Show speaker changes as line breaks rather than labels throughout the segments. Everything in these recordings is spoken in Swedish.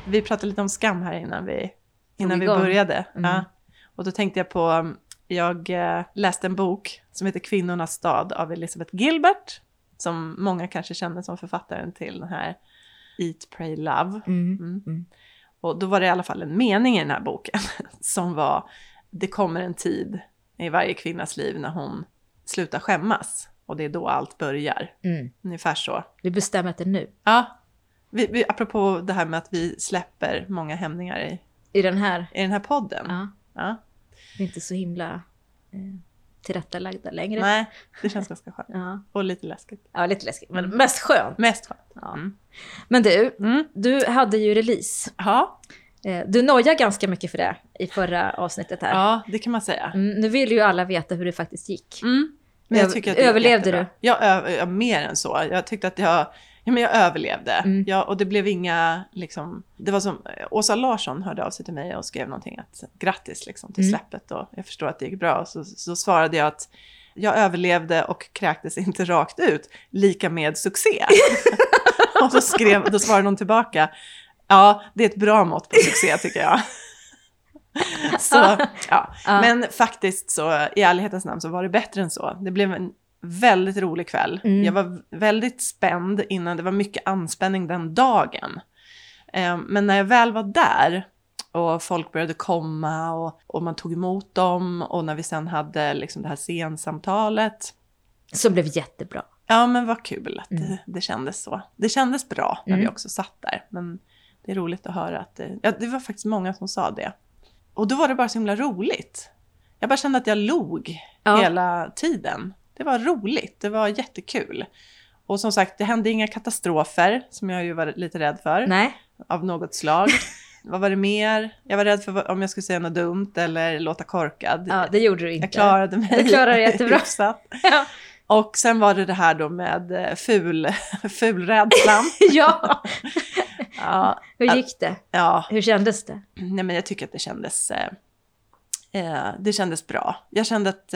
Vi pratade lite om skam här innan vi började. Ja. Och då tänkte jag på, jag läste en bok som heter Kvinnornas stad av Elizabeth Gilbert. Som många kanske känner som författaren till den här Eat, Pray, Love. Och då var det i alla fall en mening i den här boken som var: det kommer en tid i varje kvinnas liv när hon slutar skämmas. Och det är då allt börjar. Ungefär så.
Vi bestämmer det nu.
Ja. Apropå det här med att vi släpper många hämningar
I den
här podden.
Ja. Vi är inte så himla tillrättalagda längre.
Nej, det känns ganska skönt.
Ja.
Och lite läskigt.
Ja, lite läskigt. Men mest skönt.
Mest skönt.
Ja. Men du hade ju release.
Ja.
Du nojar ganska mycket för det i förra avsnittet här.
Ja, det kan man säga.
Nu vill ju alla veta hur det faktiskt gick.
Men jag tycker att
överlevde du?
Jag mer än så. Jag tyckte att jag överlevde. Och det blev inga, liksom, det var som Åsa Larsson hörde av sig till mig och skrev någonting att grattis liksom, till släppet, och jag förstår att det gick bra. Så svarade jag att jag överlevde och kräktes inte rakt ut, lika med succé. Och då svarade hon tillbaka: ja, det är ett bra mått på succé, tycker jag. Så, ja. Men faktiskt så, i ärlighetens namn, så var det bättre än så. Det blev en väldigt rolig kväll. Jag var väldigt spänd innan. Det var mycket anspänning den dagen. Men när jag väl var där och folk började komma och man tog emot dem, och när vi sen hade liksom det här scensamtalet.
Som blev jättebra.
Ja, men vad kul att det kändes så. Det kändes bra när vi också satt där. Men det är roligt att höra att det var faktiskt många som sa det. Och då var det bara så himla roligt. Jag bara kände att jag log hela tiden. Det var roligt, det var jättekul. Och som sagt, det hände inga katastrofer som jag ju var lite rädd för.
Nej.
Av något slag. Vad var det mer? Jag var rädd för om jag skulle säga något dumt eller låta korkad.
Ja, det gjorde du inte.
Jag klarade mig.
Du klarade jättebra.
Ja. Och sen var det här då med fulrädslan.
Ja.
Ja.
Hur gick det?
Ja.
Hur kändes det?
Nej, men jag tycker att det kändes bra. Jag kände att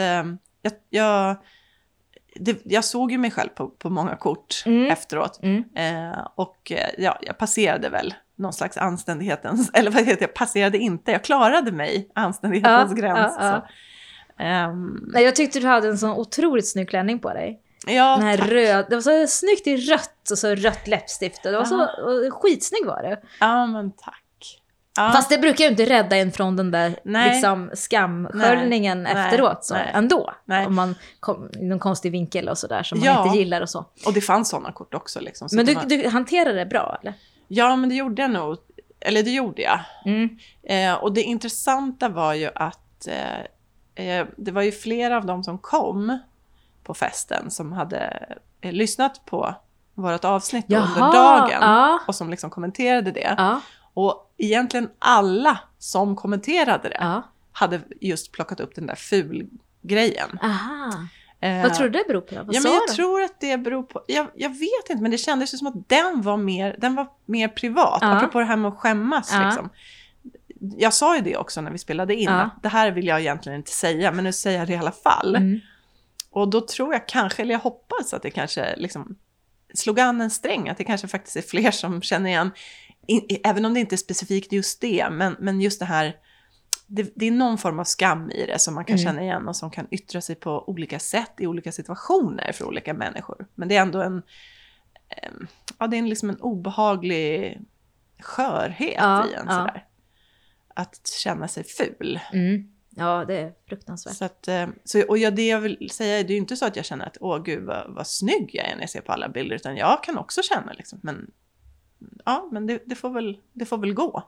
jag såg ju mig själv på många kort efteråt. Och jag passerade väl någon slags anständighetens, eller vad heter jag passerade inte, jag klarade mig anständighetens gräns. Så.
Nej, jag tyckte du hade en sån otroligt snygg klänning på dig.
Ja,
den här röd, det var så snyggt i rött och så rött läppstift. Det var så skitsnygg var det.
Ja, men tack. Ja.
Fast det brukar ju inte rädda en från den där liksom skamsköljningen efteråt. Så ändå. Om man kom i någon konstig vinkel och sådär som man inte gillar och så.
Och det fanns sådana kort också. Liksom, så
men du hanterade det bra, eller?
Ja, men det gjorde jag nog. Eller det gjorde jag. Och det intressanta var ju att det var ju flera av dem som kom på festen som hade lyssnat på vårt avsnitt under dagen. Och som liksom kommenterade det. Och egentligen alla som kommenterade det hade just plockat upp den där fulgrejen.
Vad tror du det beror på?
Jag tror att det beror på... Jag vet inte, men det kändes som att den var mer privat. Apropå det här med att skämmas. Liksom. Jag sa ju det också när vi spelade in. Det här vill jag egentligen inte säga, men nu säger jag det i alla fall. Och då tror jag kanske, eller jag hoppas att det kanske liksom slog an en sträng. Att det kanske faktiskt är fler som känner igen... Även om det inte är specifikt just det, men just det här, det är någon form av skam i det som man kan känna igen och som kan yttra sig på olika sätt i olika situationer för olika människor. Men det är ändå det är liksom en obehaglig skörhet i en sådär. Att känna sig ful.
Ja, det är fruktansvärt.
Det jag vill säga är, det är ju inte så att jag känner att åh gud vad snygg jag är när jag ser på alla bilder, utan jag kan också känna liksom, men det får väl gå.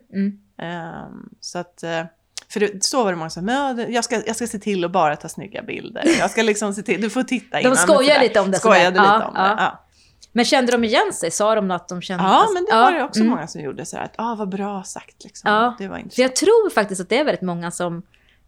Så att, för så var det många som jag ska se till att bara ta snygga bilder. Jag ska liksom se till, du får titta innan.
De skojar lite om det.
Skojade lite om det. Ja.
Men kände de igen sig? Sa de att de kände?
Ja, men det var det också många som gjorde så här att vad bra sagt liksom. Det var inte.
För jag tror faktiskt att det är väldigt många som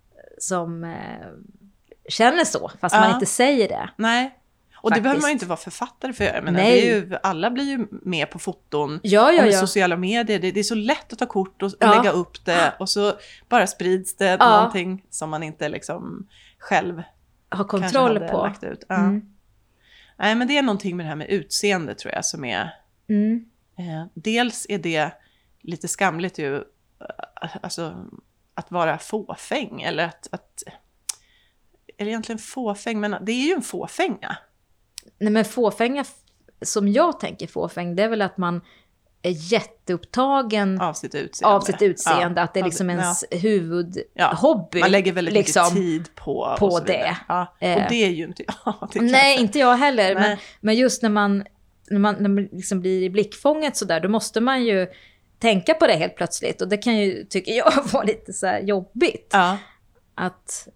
känner så, fast man inte säger det.
Nej. Och
faktiskt.
Det behöver man ju inte vara författare för. Jag menar, det är ju, alla blir ju med på foton. Och med sociala medier. Det är så lätt att ta kort och lägga upp det. Och så bara sprids det någonting som man inte liksom själv
har kontroll på.
Lagt ut. Nej, men det är någonting med det här med utseende tror jag som är... dels är det lite skamligt ju, alltså att vara fåfäng, eller eller egentligen fåfäng, men det är ju en fåfänga.
Nej, men fåfänga, som jag tänker fåfäng, det är väl att man är jätteupptagen
av sitt utseende.
Att det är liksom ens huvudhobby.
Man lägger väldigt mycket tid på
det.
Ja. Och det är ju inte jag.
Nej, inte jag heller. Men just när man liksom blir i blickfånget så där, då måste man ju tänka på det helt plötsligt. Och det kan ju, tycker jag, vara lite så här jobbigt.
Ja.
Att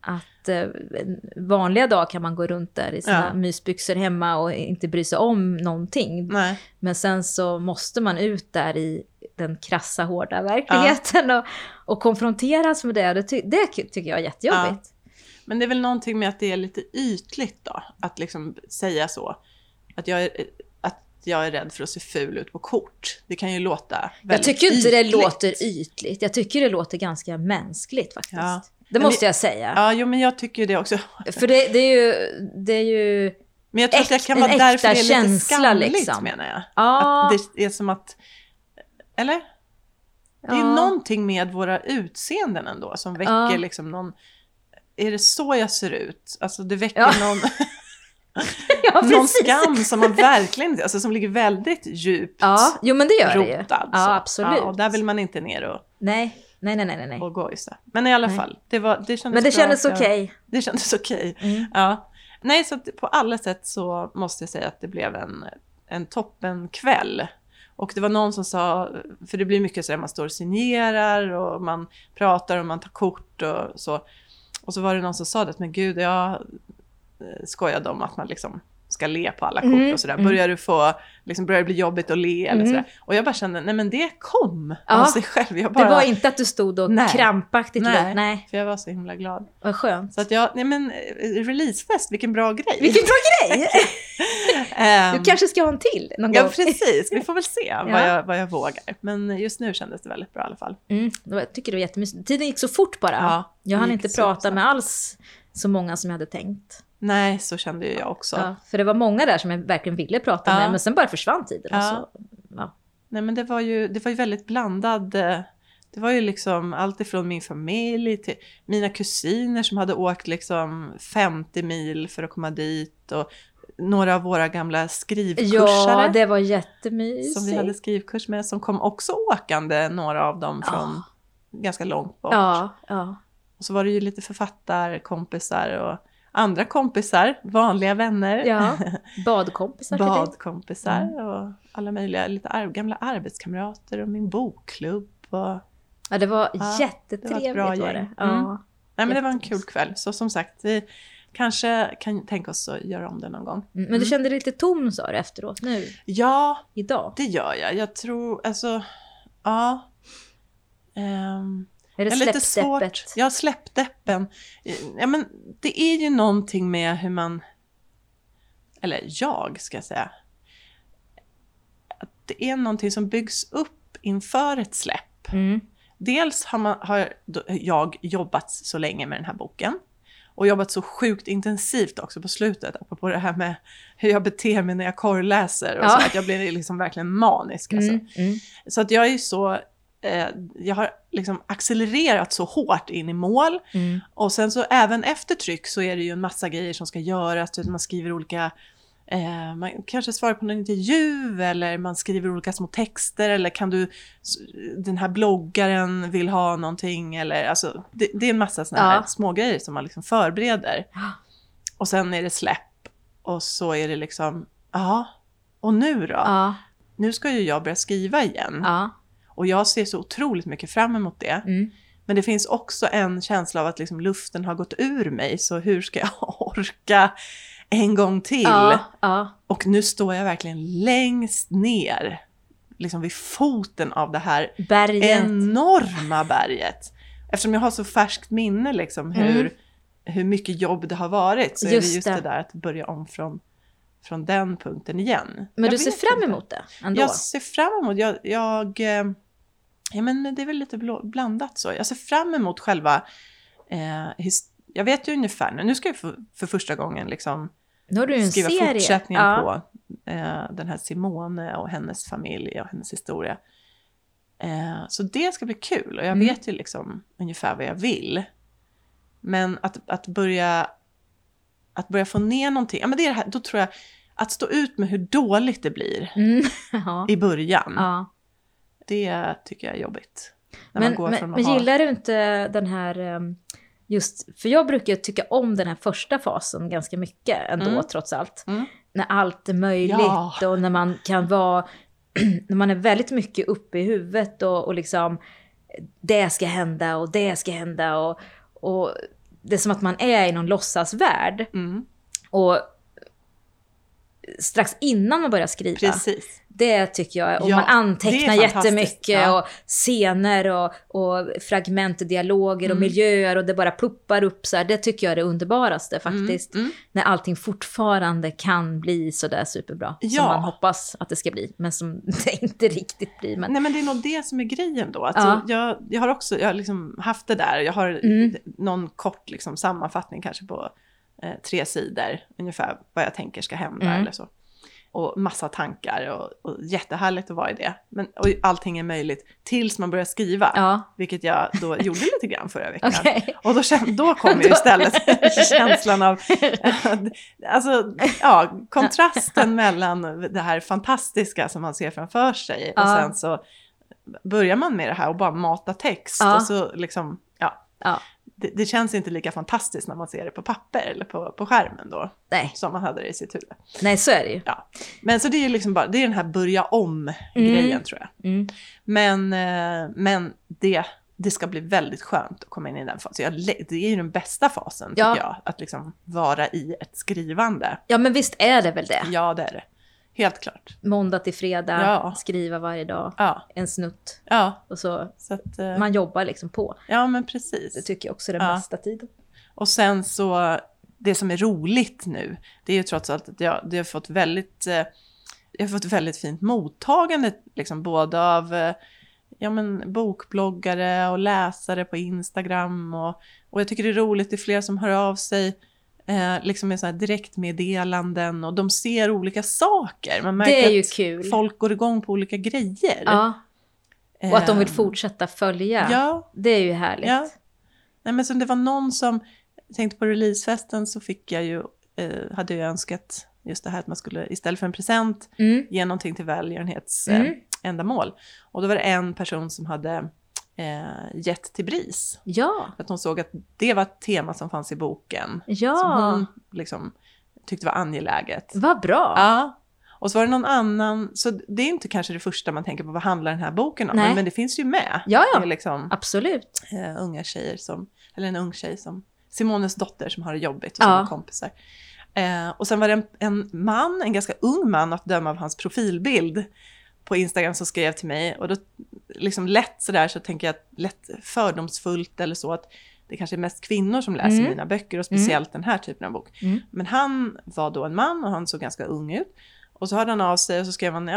vanliga dag kan man gå runt där i sina mysbyxor hemma och inte bry sig om någonting.
Nej.
Men sen så måste man ut där i den krassa, hårda verkligheten och konfronteras med det. Det tycker jag är jättejobbigt.
Ja. Men det är väl någonting med att det är lite ytligt då. Att liksom säga så. Att jag är rädd för att se ful ut på kort. Det kan ju låta väldigt
Jag tycker inte
ytligt.
det låter ytligt. Jag tycker det låter ganska mänskligt faktiskt. Ja. Det måste jag säga.
Ja, jo, men jag tycker det också.
För det är ju
men jag tror att det kan vara därför det är lite skamligt, liksom. Menar jag.
Ja.
Att det är som att... Eller? Det är någonting med våra utseenden ändå som väcker liksom någon... Är det så jag ser ut? Alltså det väcker någon... någon skam som man verkligen... Alltså som ligger väldigt djupt
jo, men det gör
rotad.
Det ju. Ja, absolut.
Ja, och där vill man inte ner och...
Nej.
Och gå just det. Men i alla fall, det
kändes okej.
Det kändes okej. Ja. Nej, så på alla sätt så måste jag säga att det blev en toppen kväll. Och det var någon som sa, för det blir mycket så att man står och signerar och man pratar och man tar kort och så. Och så var det någon som sa det, men gud, jag skojade om att man liksom ska le på alla kort och sådär. Börjar det bli jobbigt att le eller sådär. Och jag bara kände, nej men det kom av sig själv. Det
var inte att du stod och krampaktigt låg.
Nej, för jag var så himla glad.
Vad skönt.
Så att releasefest, vilken bra grej.
Vilken bra grej! Du kanske ska ha en till någon gång.
Ja, precis. Vi får väl se vad jag vågar. Men just nu kändes det väldigt bra i alla fall.
Jag tycker det var jättemysigt. Tiden gick så fort bara.
Ja,
jag hann inte prata med alls så många som jag hade tänkt.
Nej, så kände jag också.
Ja, för det var många där som jag verkligen ville prata med, men sen bara försvann tiden.
Ja. Nej, men det var ju väldigt blandad. Det var ju liksom allt ifrån min familj till mina kusiner som hade åkt liksom 50 mil för att komma dit, och några av våra gamla skrivkursare.
Ja, det var jättemysigt.
Som vi hade skrivkurs med, som kom också åkande, några av dem från ganska långt bort.
Ja.
Och så var det ju lite författarkompisar och andra kompisar, vanliga vänner.
Ja, badkompisar.
Och alla möjliga lite gamla arbetskamrater och min bokklubb. Och,
det var jättetrevligt.
Det var ett bra gäng.
Ja,
nej, men det var en kul kväll. Så som sagt, vi kanske kan tänka oss att göra om det någon gång.
Men du kände dig lite tom, sa du, efteråt nu?
Ja,
idag.
Det gör jag. Jag tror, alltså,
är det släppdeppet?
Jag har släppdeppen. Ja, men det är ju någonting med hur man... Eller jag ska säga. Att det är någonting som byggs upp inför ett släpp. Dels har jag jobbat så länge med den här boken. Och jobbat så sjukt intensivt också på slutet. Apropå det här med hur jag beter mig när jag korrläser. Och så att jag blir liksom verkligen manisk. Alltså. Så att jag är ju så... jag har liksom accelererat så hårt in i mål. Och sen så även efter tryck så är det ju en massa grejer som ska göras. Man skriver olika... man kanske svarar på någon intervju, eller man skriver olika små texter, eller den här bloggaren vill ha någonting, eller alltså det är en massa såna här små grejer som man liksom förbereder. Och sen är det släpp, och så är det liksom och nu då? Nu ska ju jag börja skriva igen. Och jag ser så otroligt mycket fram emot det. Men det finns också en känsla av att liksom luften har gått ur mig, så hur ska jag orka en gång till? Och nu står jag verkligen längst ner, liksom vid foten av det här enorma berget. Eftersom jag har så färskt minne liksom, hur mycket jobb det har varit, så är det just det där att börja om från den punkten igen.
Men du ser fram emot det ändå?
Jag ser fram emot, men det är väl lite blandat så. Jag ser fram emot själva jag vet ju ungefär, nu ska jag för första gången liksom skriva fortsättningen på den här Simone och hennes familj och hennes historia. Så det ska bli kul och jag vet ju liksom ungefär vad jag vill. Men att börja få ner någonting, ja men det är det här, då tror jag att stå ut med hur dåligt det blir i början. Ja. Det tycker jag är jobbigt.
Men gillar du inte den här, just, för jag brukar tycka om den här första fasen ganska mycket ändå trots allt. När allt är möjligt och när man kan vara, när man är väldigt mycket uppe i huvudet och liksom det ska hända och det ska hända och det är som att man är i någon låtsasvärld. Och strax innan man börjar skriva.
Precis.
Det tycker jag, och man antecknar jättemycket och scener och fragment och dialoger och miljöer och det bara puppar upp så här. Det tycker jag är det underbaraste faktiskt. När allting fortfarande kan bli så där superbra som man hoppas att det ska bli, men som det inte riktigt blir. Men...
Nej, men det är nog det som är grejen då. Alltså, jag har liksom haft det där. Jag har någon kort liksom sammanfattning kanske på 3 sidor ungefär vad jag tänker ska hända eller så. Och massa tankar och jättehärligt att vara i det. Och allting är möjligt tills man börjar skriva. Vilket jag då gjorde lite grann förra veckan. Och då kom ju istället känslan av alltså, kontrasten mellan det här fantastiska som man ser framför sig. Och sen så börjar man med det här och bara mata text. Och så liksom, det känns inte lika fantastiskt när man ser det på papper eller på skärmen då. Nej. Som man hade det i sitt huvud.
Nej, så är det ju.
Ja. Men så det är ju liksom bara, det är den här börja om-grejen tror jag. Men det ska bli väldigt skönt att komma in i den fasen. Det är ju den bästa fasen tycker jag. Att liksom vara i ett skrivande.
Ja, men visst är det väl det?
Ja, det är det. Helt klart.
Måndag till fredag, skriva varje dag, en snutt. Och så att, man jobbar liksom på.
Ja, men precis.
Det tycker jag också är den bästa tiden.
Och sen så, det som är roligt nu, det är ju trots allt att jag har fått väldigt fint mottagande, liksom både av bokbloggare och läsare på Instagram. Och jag tycker det är roligt, det är fler som hör av sig. Liksom med så här direktmeddelanden och de ser olika saker. Man märker
det är ju
att
kul.
Folk går igång på olika grejer.
Ja. Och att de vill fortsätta följa. Ja. Det är ju härligt. Ja.
Nej, men som det var någon som tänkte på releasefesten så fick jag ju hade jag önskat just det här att man skulle istället för en present ge någonting till välgörenhetsändamål. Och då var det en person som hade gett till BRIS. Ja. Att hon såg att det var ett tema som fanns i boken. Ja. Som hon liksom tyckte var angeläget.
Vad bra.
Ja. Och så var det någon annan, så det är inte kanske det första man tänker på, vad handlar den här boken om? Men det finns ju med.
Ja,
det är liksom,
absolut.
Unga tjejer eller en ung tjej som Simones dotter som har det jobbigt och som kompisar. Och sen var det en ganska ung man, att döma av hans profilbild på Instagram, som skrev till mig. Och då liksom lätt sådär, så tänker jag att lätt fördomsfullt eller så, att det kanske är mest kvinnor som läser mina böcker och speciellt den här typen av bok. Men han var då en man och han såg ganska ung ut. Och så hörde han av sig och så skrev han,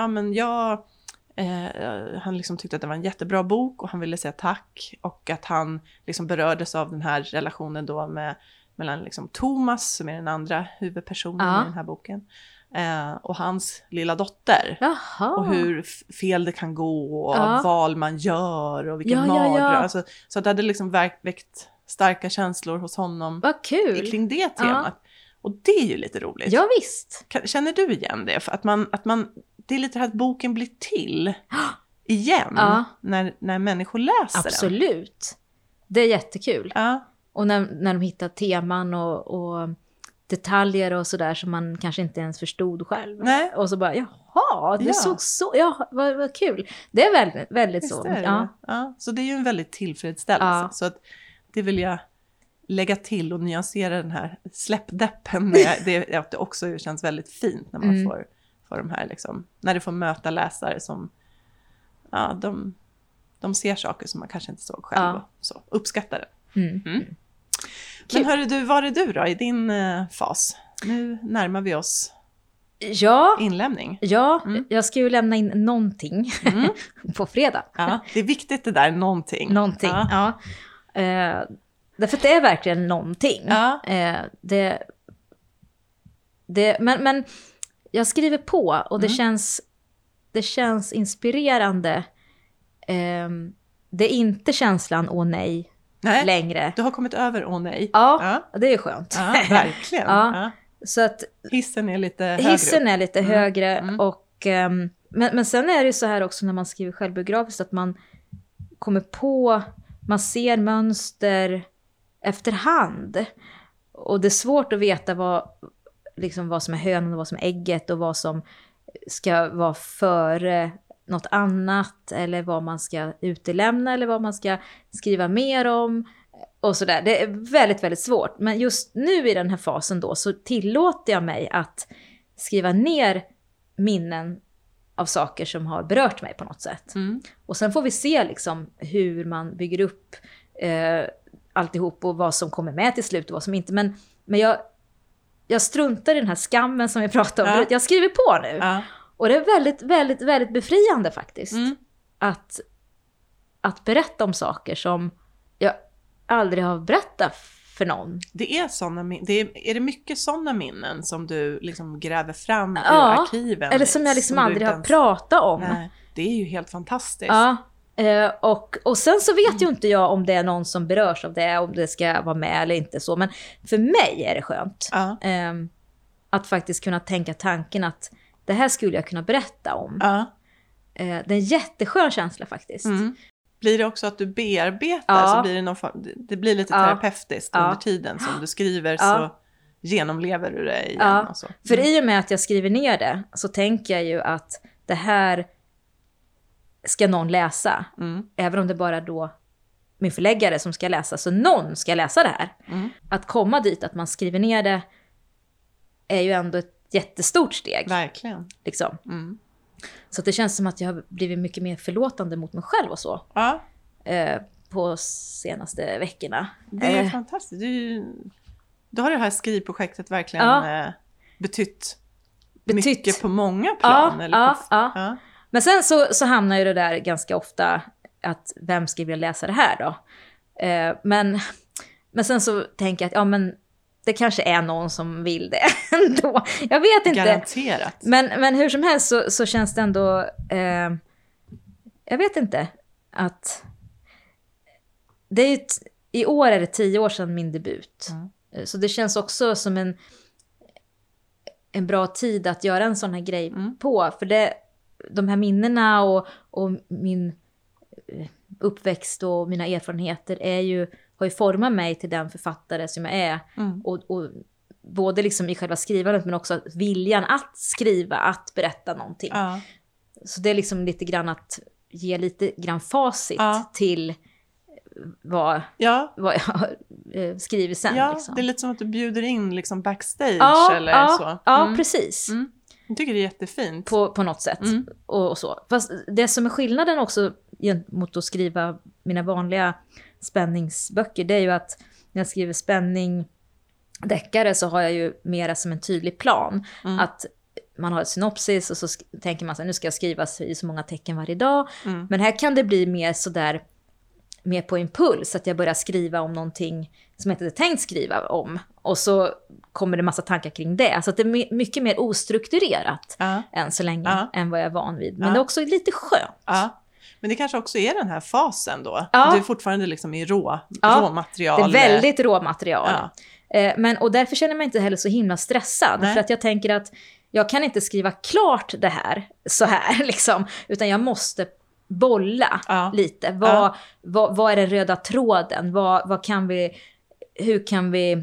han liksom tyckte att det var en jättebra bok och han ville säga tack. Och att han liksom berördes av den här relationen då mellan liksom Thomas, som är den andra huvudpersonen i den här boken. Och hans lilla dotter. Jaha. Och hur fel det kan gå och val man gör och vilken mardröm. Alltså, så att det hade liksom väckt starka känslor hos honom.
Vad kul.
Kring det temat. Och det är ju lite roligt.
Ja, visst.
Känner du igen det? För att man det är lite här att boken blir till igen när människor läser den.
Absolut. Det är jättekul. Ja. Och när de hittar teman och detaljer och sådär som man kanske inte ens förstod själv. Nej. Och så bara, jaha, det såg så, vad kul. Det är väldigt, väldigt så.
Ja, så det är ju en väldigt tillfredsställelse. Ja. Så att det vill jag lägga till och nyansera den här släppdeppen. Det också känns väldigt fint när man får de här liksom, när du får möta läsare som de ser saker som man kanske inte såg själv och så uppskattar det. Men hörru du, var är du då i din fas? Nu närmar vi oss inlämning.
Ja, jag ska ju lämna in någonting på fredag.
Ja, det är viktigt det där, någonting.
Någonting, därför att det är verkligen någonting. Ja. Men jag skriver på och det känns inspirerande det är inte känslan åh nej längre.
Du har kommit över åh nej.
Ja, det är skönt.
Ja, verkligen.
Ja. Så att
hissen är lite
högre. Och, men sen är det ju så här också när man skriver självbiografiskt att man kommer på, man ser mönster efterhand. Och det är svårt att veta vad som är hönan och vad som är ägget och vad som ska vara före något annat eller vad man ska utelämna eller vad man ska skriva mer om och sådär. Det är väldigt, väldigt svårt. Men just nu i den här fasen då så tillåter jag mig att skriva ner minnen av saker som har berört mig på något sätt. Och sen får vi se liksom hur man bygger upp alltihop och vad som kommer med till slut och vad som inte. Men jag struntar i den här skammen som vi pratade om. Ja. Jag skriver på nu. Ja. Och det är väldigt, väldigt, väldigt befriande faktiskt. Att berätta om saker som jag aldrig har berättat för någon.
Det är är det mycket sådana minnen som du liksom gräver fram ur arkiven?
Eller som jag liksom aldrig har pratat om.
Nej, det är ju helt fantastiskt.
Ja. Och sen så vet ju inte jag om det är någon som berörs av det, om det ska vara med eller inte så. Men för mig är det skönt att faktiskt kunna tänka tanken att det här skulle jag kunna berätta om. Det är en jätteskön känsla faktiskt.
Blir det också att du bearbetar så blir det blir lite terapeutiskt under tiden som du skriver så genomlever du det igen. Och så.
För i och med att jag skriver ner det så tänker jag ju att det här ska någon läsa. Även om det bara då min förläggare som ska läsa. Så någon ska läsa det här. Att komma dit, att man skriver ner det är ju ändå ett jättestort steg.
Verkligen.
Liksom. Så det känns som att jag har blivit mycket mer förlåtande mot mig själv och så. På senaste veckorna.
Det är fantastiskt. Då har det här skrivprojektet verkligen betytt mycket på många plan.
Men sen så hamnar ju det där ganska ofta att vem ska vilja läsa det här då? Men sen så tänker jag att det kanske är någon som vill det ändå. Jag vet inte.
Garanterat.
Men hur som helst så känns det ändå... jag vet inte att... Det är i år är det 10 år sedan min debut. Så det känns också som en bra tid att göra en sån här grej på. För de här minnena och min uppväxt och mina erfarenheter har ju format mig till den författare som jag är. Och både liksom i själva skrivandet men också viljan att skriva, att berätta någonting. Så det är liksom lite grann att ge lite grann facit till vad jag skriver sen. Liksom.
Det är lite som att du bjuder in liksom backstage eller så.
Ja, precis.
Jag tycker det är jättefint.
På något sätt. Och så. Fast det som är skillnaden också mot att skriva mina vanliga spänningsböcker, det är ju att när jag skriver deckare så har jag ju mera som en tydlig plan. Att man har ett synopsis och så tänker man så här, nu ska jag skriva i så många tecken varje dag. Men här kan det bli mer sådär, mer på impuls, att jag börjar skriva om någonting som jag inte hade tänkt skriva om. Och så kommer det massa tankar kring det. Så att det är mycket mer ostrukturerat än så länge än vad jag är van vid. Men det är också lite skönt.
Men det kanske också är den här fasen då. Du är fortfarande liksom i råmaterial.
Det är väldigt råmaterial. Och därför känner jag mig inte heller så himla stressad. För att jag tänker att jag kan inte skriva klart det här så här liksom. Utan jag måste bolla lite. Vad är den röda tråden? Hur kan vi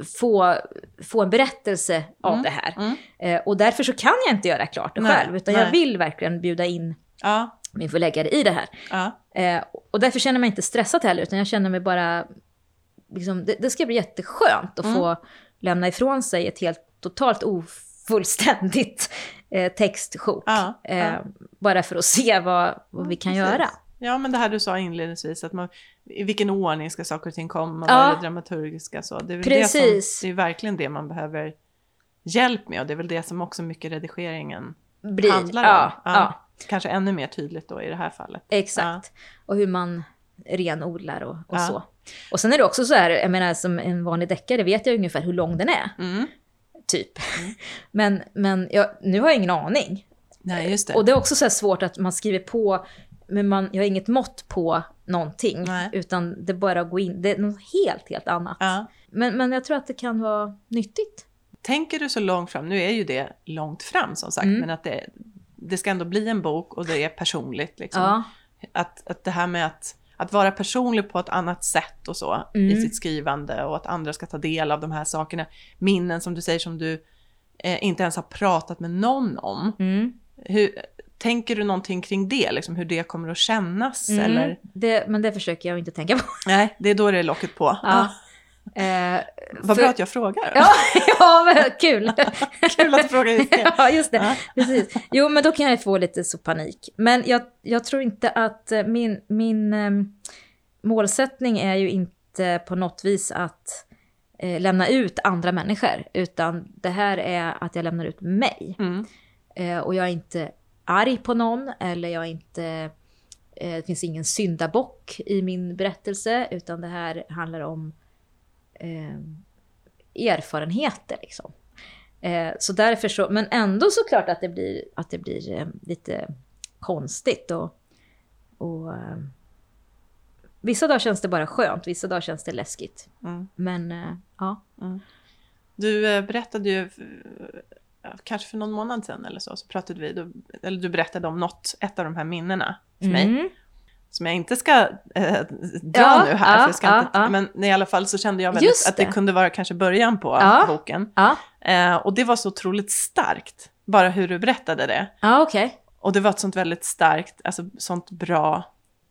få en berättelse av det här? Och därför så kan jag inte göra klart det själv. Utan jag vill verkligen bjuda in min förläggare i det här. Och därför känner jag mig inte stressad heller. Utan jag känner mig bara... Liksom, det ska bli jätteskönt att få lämna ifrån sig ett helt totalt ofullständigt textsjok. Bara för att se vad vi kan göra.
Ja, men det här du sa inledningsvis, att i vilken ordning ska saker och ting komma, vad är det dramaturgiska så. Det är väl det är verkligen det man behöver hjälp med, och det är väl det som också mycket redigeringen handlar om. Kanske ännu mer tydligt då i det här fallet.
Exakt. Och hur man renodlar och så. Och sen är det också så här, jag menar som en vanlig deckare vet jag ungefär hur lång den är. Typ. Men nu har jag ingen aning.
Nej, just det.
Och det är också så här svårt att man skriver på Men jag har inget mått på någonting.
Nej.
Utan det bara går in. Det är något helt annat.
Ja.
Men jag tror att det kan vara nyttigt.
Tänker du så långt fram, nu är ju det långt fram som sagt, men att det ska ändå bli en bok och det är personligt. Liksom.
Ja.
Att det här med att vara personlig på ett annat sätt och så i sitt skrivande och att andra ska ta del av de här sakerna. Minnen som du säger som du inte ens har pratat med någon om. Tänker du någonting kring det? Liksom, hur det kommer att kännas? Eller?
Men det försöker jag inte tänka på.
Nej, det är då det är locket på.
Ja.
Vad bra att jag frågar.
Ja, men kul.
Kul att du frågar just det.
Ja, just det. Ja. Precis. Jo, men då kan jag få lite så panik. Men jag tror inte att min målsättning är ju inte på något vis att lämna ut andra människor. Utan det här är att jag lämnar ut mig. Och jag är inte arg på någon. Eller jag är inte... det finns ingen syndabock i min berättelse. Utan det här handlar om erfarenheter liksom. Så därför så, men ändå såklart att det blir lite konstigt och vissa dagar känns det bara skönt, vissa dagar känns det läskigt. Men ja.
Du berättade ju kanske för någon månad sedan eller så pratade vi, eller du berättade om ett av de här minnena för mig. Som jag inte ska dra nu här. För jag ska inte, men i alla fall så kände jag väldigt att det kunde vara kanske början på boken. Och det var så otroligt starkt. Bara hur du berättade det.
Okay.
Och det var ett sånt väldigt starkt, alltså sånt bra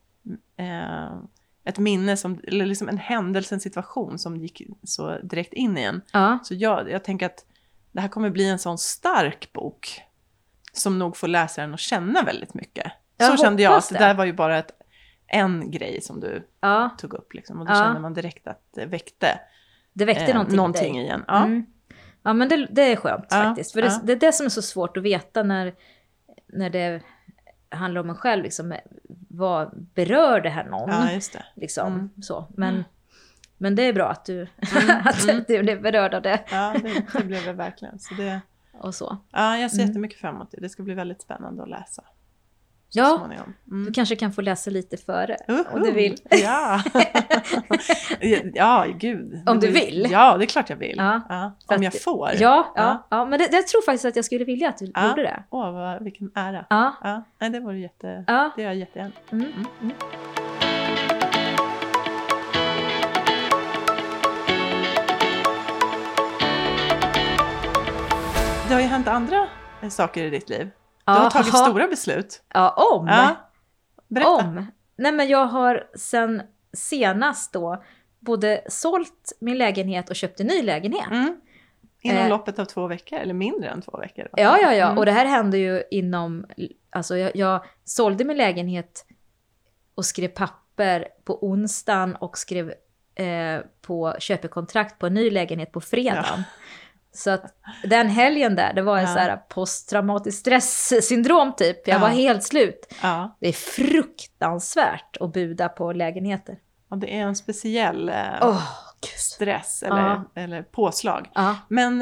ett minne som, eller liksom en händelse, en situation som gick så direkt in i en. Så jag tänker att det här kommer bli en sån stark bok som nog får läsaren att känna väldigt mycket. Så kände jag att det där var ju bara en grej som du tog upp. Liksom, och då känner man direkt att det väckte någonting i en. Ja, men det är skönt faktiskt. För det är det som är så svårt att veta när det handlar om en själv. Liksom, vad berör det här någon? Ja, just det. Liksom, så. Men det är bra att du blev berörd av det. Ja, det blev det verkligen. Så det...
Och så.
Ja, jag ser jättemycket fram emot det. Det ska bli väldigt spännande att läsa.
Ja, du kanske kan få läsa lite före om du vill.
Ja, ja gud.
Om du vill?
Ja, det är klart jag vill. Om jag får.
Ja, men jag tror faktiskt att jag skulle vilja att du gjorde det.
Vilken ära. Nej, det var det är jag jättegärna. Det har ju hänt andra saker i ditt liv. Du har tagit stora beslut.
Ja,
berätta.
Nej, men jag har sen senast då både sålt min lägenhet och köpt en ny lägenhet.
Inom loppet av 2 veckor, eller mindre än 2 veckor.
Ja. Och det här hände ju inom... Alltså jag sålde min lägenhet och skrev papper på onsdagen och skrev på köpekontrakt på en ny lägenhet på fredagen. Så att den helgen där, det var en så här posttraumatisk stresssyndrom typ. Jag var helt slut. Det är fruktansvärt att buda på lägenheter.
Ja, det är en speciell stress eller påslag. Men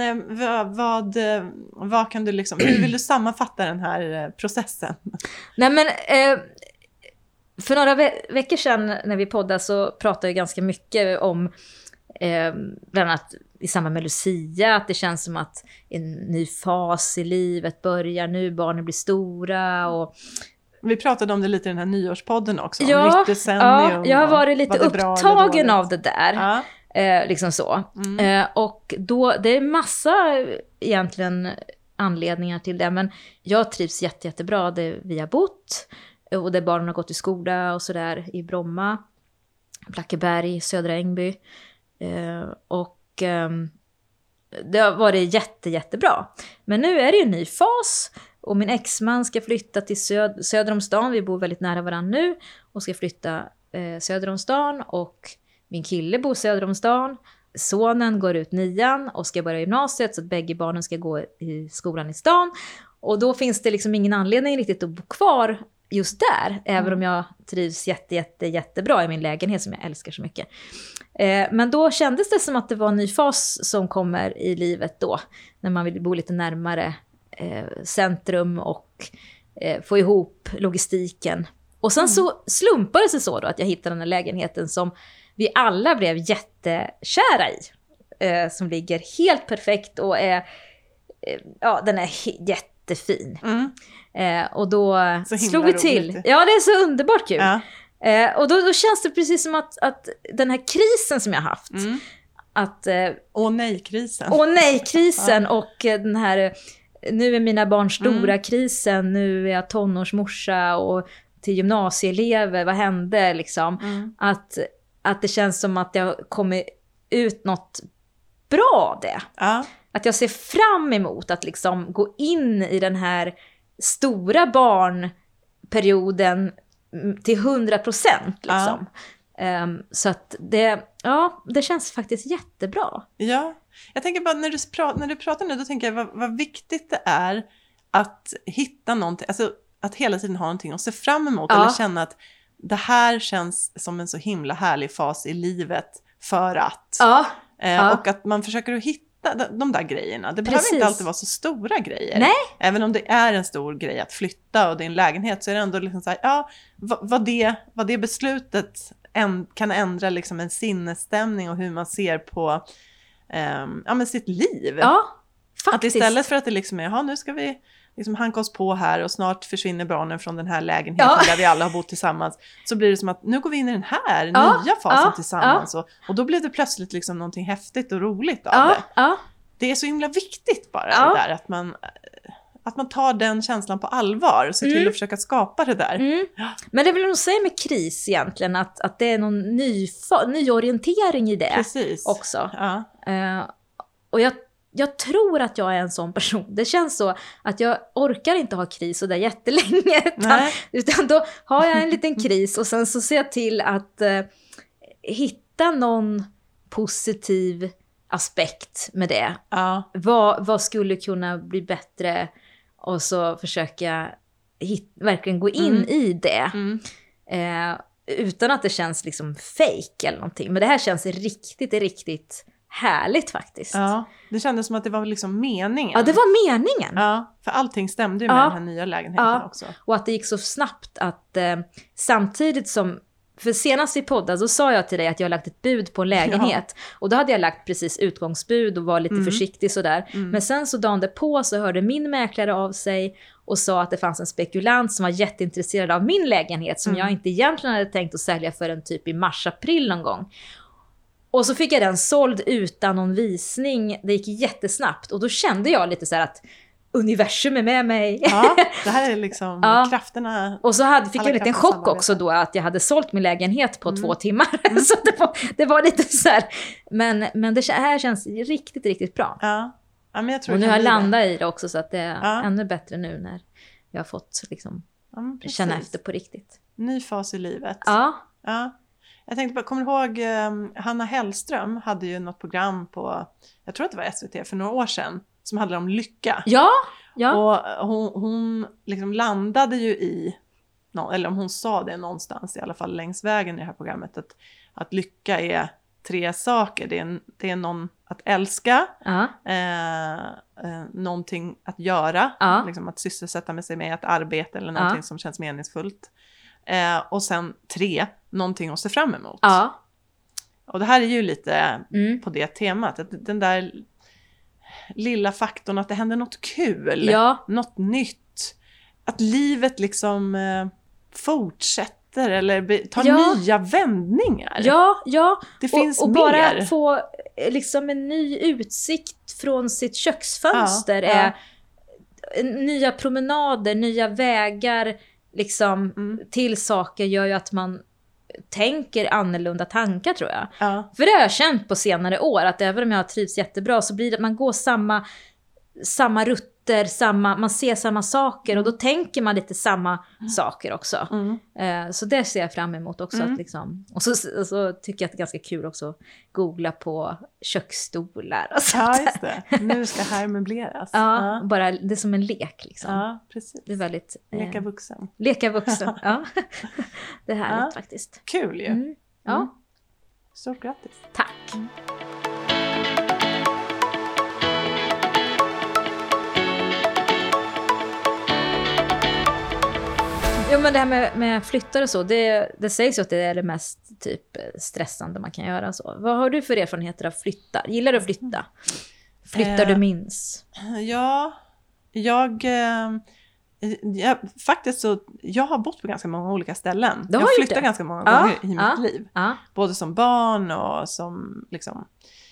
vad kan du liksom, hur vill du sammanfatta den här processen?
Nej, men för några veckor sedan när vi poddade så pratade jag ganska mycket om bland annat i samband med Lucia, att det känns som att en ny fas i livet börjar nu, barnen blir stora och... Vi
pratade om det lite i den här nyårspodden också.
Ja, jag har varit lite upptagen av det där. Liksom så. Och då, det är massa egentligen anledningar till det, men jag trivs jättebra där vi har bott och där barnen har gått i skola och sådär i Bromma, Blackeberg, Södra Ängby. Och det har varit jättebra. Men nu är det ju en ny fas och min exman ska flytta till söder om stan. Vi bor väldigt nära varandra nu och ska flytta söder om stan, och min kille bor söder om stan. Sonen går ut 9 och ska börja gymnasiet, så att bägge barnen ska gå i skolan i stan. Och då finns det liksom ingen anledning riktigt att bo kvar just där, även om jag trivs jättebra i min lägenhet som jag älskar så mycket. Men då kändes det som att det var en ny fas som kommer i livet då, när man vill bo lite närmare centrum och få ihop logistiken Och sen så slumpade det sig så då att jag hittade den här lägenheten som vi alla blev jättekära i. Som ligger helt perfekt och är, den är jättefin. Och då slog vi till. Roligt. Ja, det är så underbart kul. Ja. Och då känns det precis som att den här krisen som jag haft.
Åh nej-krisen.
Åh nej-krisen och den här, nu är mina barn stora krisen, nu är jag tonårsmorsa och till gymnasieelever, vad hände liksom? Att det känns som att jag kommer ut något bra av det. Att jag ser fram emot att liksom gå in i den här stora barnperioden till 100% liksom. Så att det känns faktiskt jättebra.
Ja, jag tänker bara när du pratar nu, då tänker jag vad viktigt det är att hitta någonting, alltså att hela tiden ha någonting att se fram emot eller känna att det här känns som en så himla härlig fas i livet för att. Och att man försöker att hitta de där grejerna. Det behöver inte alltid vara så stora grejer.
Nej.
Även om det är en stor grej att flytta och det är en lägenhet, så är det ändå liksom så här, vad det beslutet kan ändra liksom en sinnesstämning och hur man ser på sitt liv.
Ja, faktiskt.
Att istället för att det liksom är, nu ska vi liksom hanka oss på här och snart försvinner barnen från den här lägenheten där vi alla har bott tillsammans, så blir det som att nu går vi in i den här nya fasen tillsammans och då blir det plötsligt liksom någonting häftigt och roligt av det. Det är så himla viktigt bara det där att man tar den känslan på allvar och ser till att försöka skapa det där.
Men det vill nog säga med kris egentligen att det är någon nyorientering i det.
Precis.
Också. Och jag tror att jag är en sån person. Det känns så att jag orkar inte ha kris så där jättelänge. Utan då har jag en liten kris och sen så ser jag till att hitta någon positiv aspekt med det. Vad skulle kunna bli bättre och så försöka verkligen gå in i det. Utan att det känns liksom fake eller någonting. Men det här känns riktigt härligt faktiskt.
Ja, det kändes som att det var liksom meningen.
Ja, det var meningen.
Ja, för allting stämde ju med den här nya lägenheten också.
Och att det gick så snabbt att samtidigt som, för senast i podden så sa jag till dig att jag har lagt ett bud på en lägenhet. Och då hade jag lagt precis utgångsbud och var lite försiktig sådär. Men sen så dagen på så hörde min mäklare av sig och sa att det fanns en spekulant som var jätteintresserad av min lägenhet som jag inte egentligen hade tänkt att sälja för en typ i mars-april någon gång. Och så fick jag den såld utan någon visning. Det gick jättesnabbt. Och då kände jag lite så här att universum är med mig.
Ja, det här är liksom krafterna.
Och så fick jag en liten chock också då att jag hade sålt min lägenhet på 2 timmar. Så det var lite så här. Men det här känns riktigt bra.
Ja, men jag tror
och nu har jag landat i det också så att det är ännu bättre nu när jag har fått liksom känna efter på riktigt.
Ny fas i livet.
Ja.
Jag tänkte bara, kommer du ihåg Hanna Hellström hade ju något program på, jag tror att det var SVT för några år sedan, som handlade om lycka.
Ja.
Och hon liksom landade ju i, eller om hon sa det någonstans i alla fall längs vägen i det här programmet, att lycka är 3 saker. Det är någon att älska, någonting att göra, liksom att sysselsätta sig med ett arbete eller någonting som känns meningsfullt. Och sen 3, någonting att se fram emot. Och det här är ju lite på det temat. Att den där lilla faktorn att det händer något kul, något nytt. Att livet liksom fortsätter eller tar nya vändningar.
Ja.
Det finns
och
mer.
Bara få liksom en ny utsikt från sitt köksfönster. Nya promenader, nya vägar liksom, till saker gör ju att man tänker annorlunda tankar, tror jag. För det har jag känt på senare år, att även om jag har trivts jättebra så blir det att man går samma rutter, man ser samma saker och då tänker man lite samma saker också. Så det ser jag fram emot också. Att liksom, och så tycker jag att det är ganska kul också att googla på köksstolar och sånt.
Ja, just det. Nu ska här möbleras.
Bara det är som en lek liksom.
Ja, precis.
Det är väldigt...
Leka vuxen.
Leka vuxen, ja. Det är härligt faktiskt.
Kul ju.
Ja.
Stort grattis.
Tack. Ja, men det här med flyttar och så, det sägs ju att det är det mest typ stressande man kan göra. Så. Vad har du för erfarenheter av flyttar? Gillar du att flytta? Flyttar du minst?
Ja, faktiskt så, jag har bott på ganska många olika ställen. Jag har flyttat ganska många gånger i mitt liv. Både som barn och som liksom,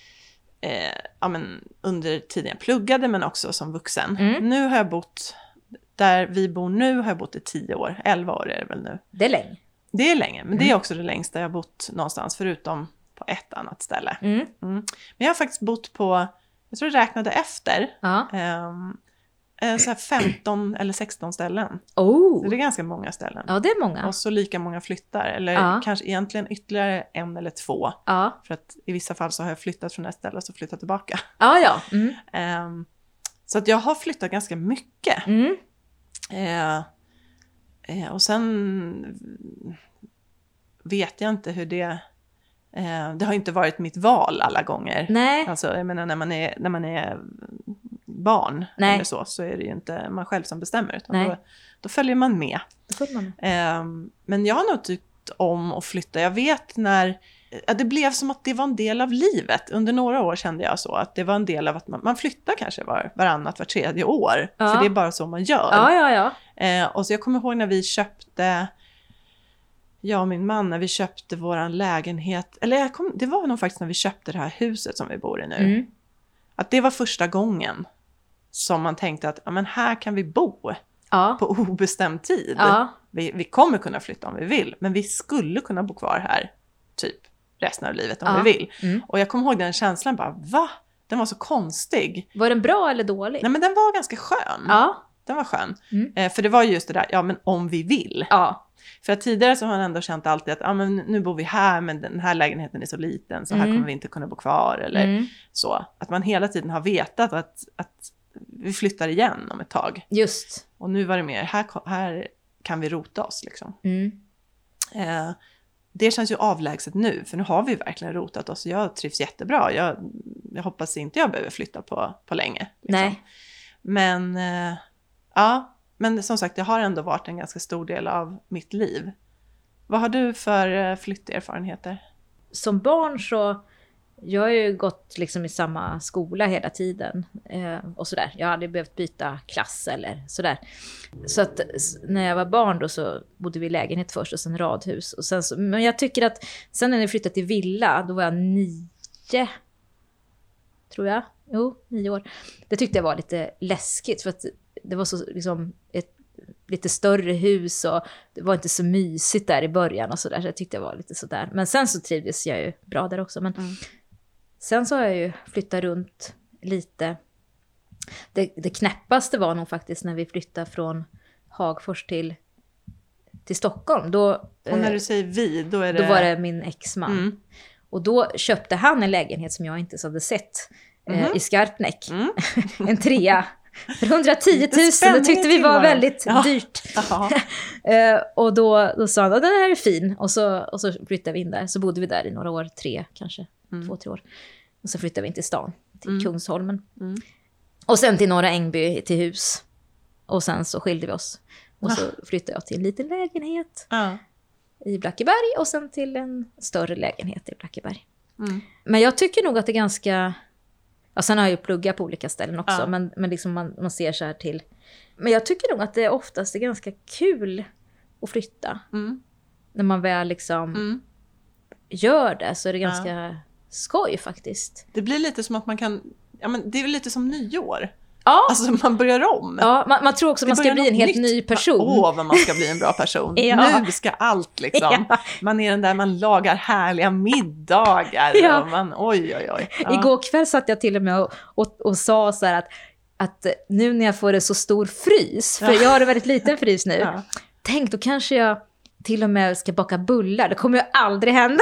under tiden jag pluggade, men också som vuxen. Nu har jag bott, där vi bor nu har jag bott i 10 år. 11 år är det väl nu.
Det är länge.
Det är länge, men det är också det längsta jag har bott någonstans, förutom på ett annat ställe. Men jag har faktiskt bott på, jag tror jag räknade efter, så här 15 eller 16 ställen. Så det är ganska många ställen.
Ja, det är många.
Och så lika många flyttar. Eller kanske egentligen ytterligare 1 eller 2. För att i vissa fall så har jag flyttat från ett ställe och så flyttat tillbaka. Så att jag har flyttat ganska mycket. Och sen vet jag inte hur det har inte varit mitt val alla gånger.
Nej.
Alltså jag menar när man är barn eller så är det ju inte man själv som bestämmer, utan då följer man med. Men jag har nog tyckt om att flytta. Jag vet när det blev som att det var en del av livet. Under några år kände jag så att det var en del av att man flyttar kanske var tredje år. För det är bara så man gör. Och så jag kommer ihåg när vi köpte, jag och min man, när vi köpte våran lägenhet, eller det var nog faktiskt när vi köpte det här huset som vi bor i nu. Att det var första gången som man tänkte att men här kan vi bo på obestämd tid. Vi kommer kunna flytta om vi vill, men vi skulle kunna bo kvar här typ resten av livet om vi vill. Och jag kommer ihåg den känslan bara, va? Den var så konstig.
Var den bra eller dålig?
Nej, men den var ganska skön. Den var skön. För det var just det där, men om vi vill. För att tidigare så har man ändå känt alltid att men nu bor vi här, men den här lägenheten är så liten så här kommer vi inte kunna bo kvar. Eller så. Att man hela tiden har vetat att vi flyttar igen om ett tag.
Just.
Och nu var det mer, här kan vi rota oss liksom. Det känns ju avlägset nu, för nu har vi verkligen rotat oss. Jag trivs jättebra. Jag hoppas inte jag behöver flytta på länge. Liksom.
Nej.
Men men som sagt, det har ändå varit en ganska stor del av mitt liv. Vad har du för flytterfarenheter?
Som barn så, jag har ju gått liksom i samma skola hela tiden. Och sådär. Jag hade behövt byta klass eller sådär. Så att när jag var barn då så bodde vi i lägenhet först och sen radhus. Och sen men jag tycker att sen när jag flyttade till villa, då var jag 9, tror jag. 9 år. Det tyckte jag var lite läskigt för att det var så liksom ett lite större hus och det var inte så mysigt där i början och sådär. Så jag tyckte det var lite sådär. Men sen så trivdes jag ju bra där också. Men sen så har jag ju flyttat runt lite. Det knäppaste var nog faktiskt när vi flyttade från Hagfors till Stockholm.
Och när du säger vi, då är det...
Då var det min exman. Och då köpte han en lägenhet som jag inte hade sett i Skarpnäck. En 3 för 110 000. Det tyckte vi var väldigt dyrt. Och då sa han, den här är fin. Och så flyttade vi in där. Så bodde vi där i några år, 3 kanske, 2-3 år. Och så flyttade vi in till stan, till Kungsholmen. Och sen till Norra Ängby till hus. Och sen så skilde vi oss. Och så flyttade jag till en liten lägenhet i Blackeberg. Och sen till en större lägenhet i Blackeberg. Men jag tycker nog att det är ganska... Ja, sen har jag ju pluggat på olika ställen också. Men liksom man ser så här till... Men jag tycker nog att det oftast är ganska kul att flytta. När man väl liksom gör det så är det ganska skoj faktiskt. Det blir lite som att man kan... Ja, men det är väl lite som nyår. Alltså man börjar om. Ja, man tror också att man ska bli en helt ny person. Vad man ska bli en bra person. Nu ska allt liksom. Man är den där, man lagar härliga middagar. Och man, oj. Igår kväll satt jag till och med och sa så här att nu när jag får en så stor frys, för jag har en väldigt liten frys nu. Tänk, då kanske jag till och med ska baka bullar. Det kommer ju aldrig hända.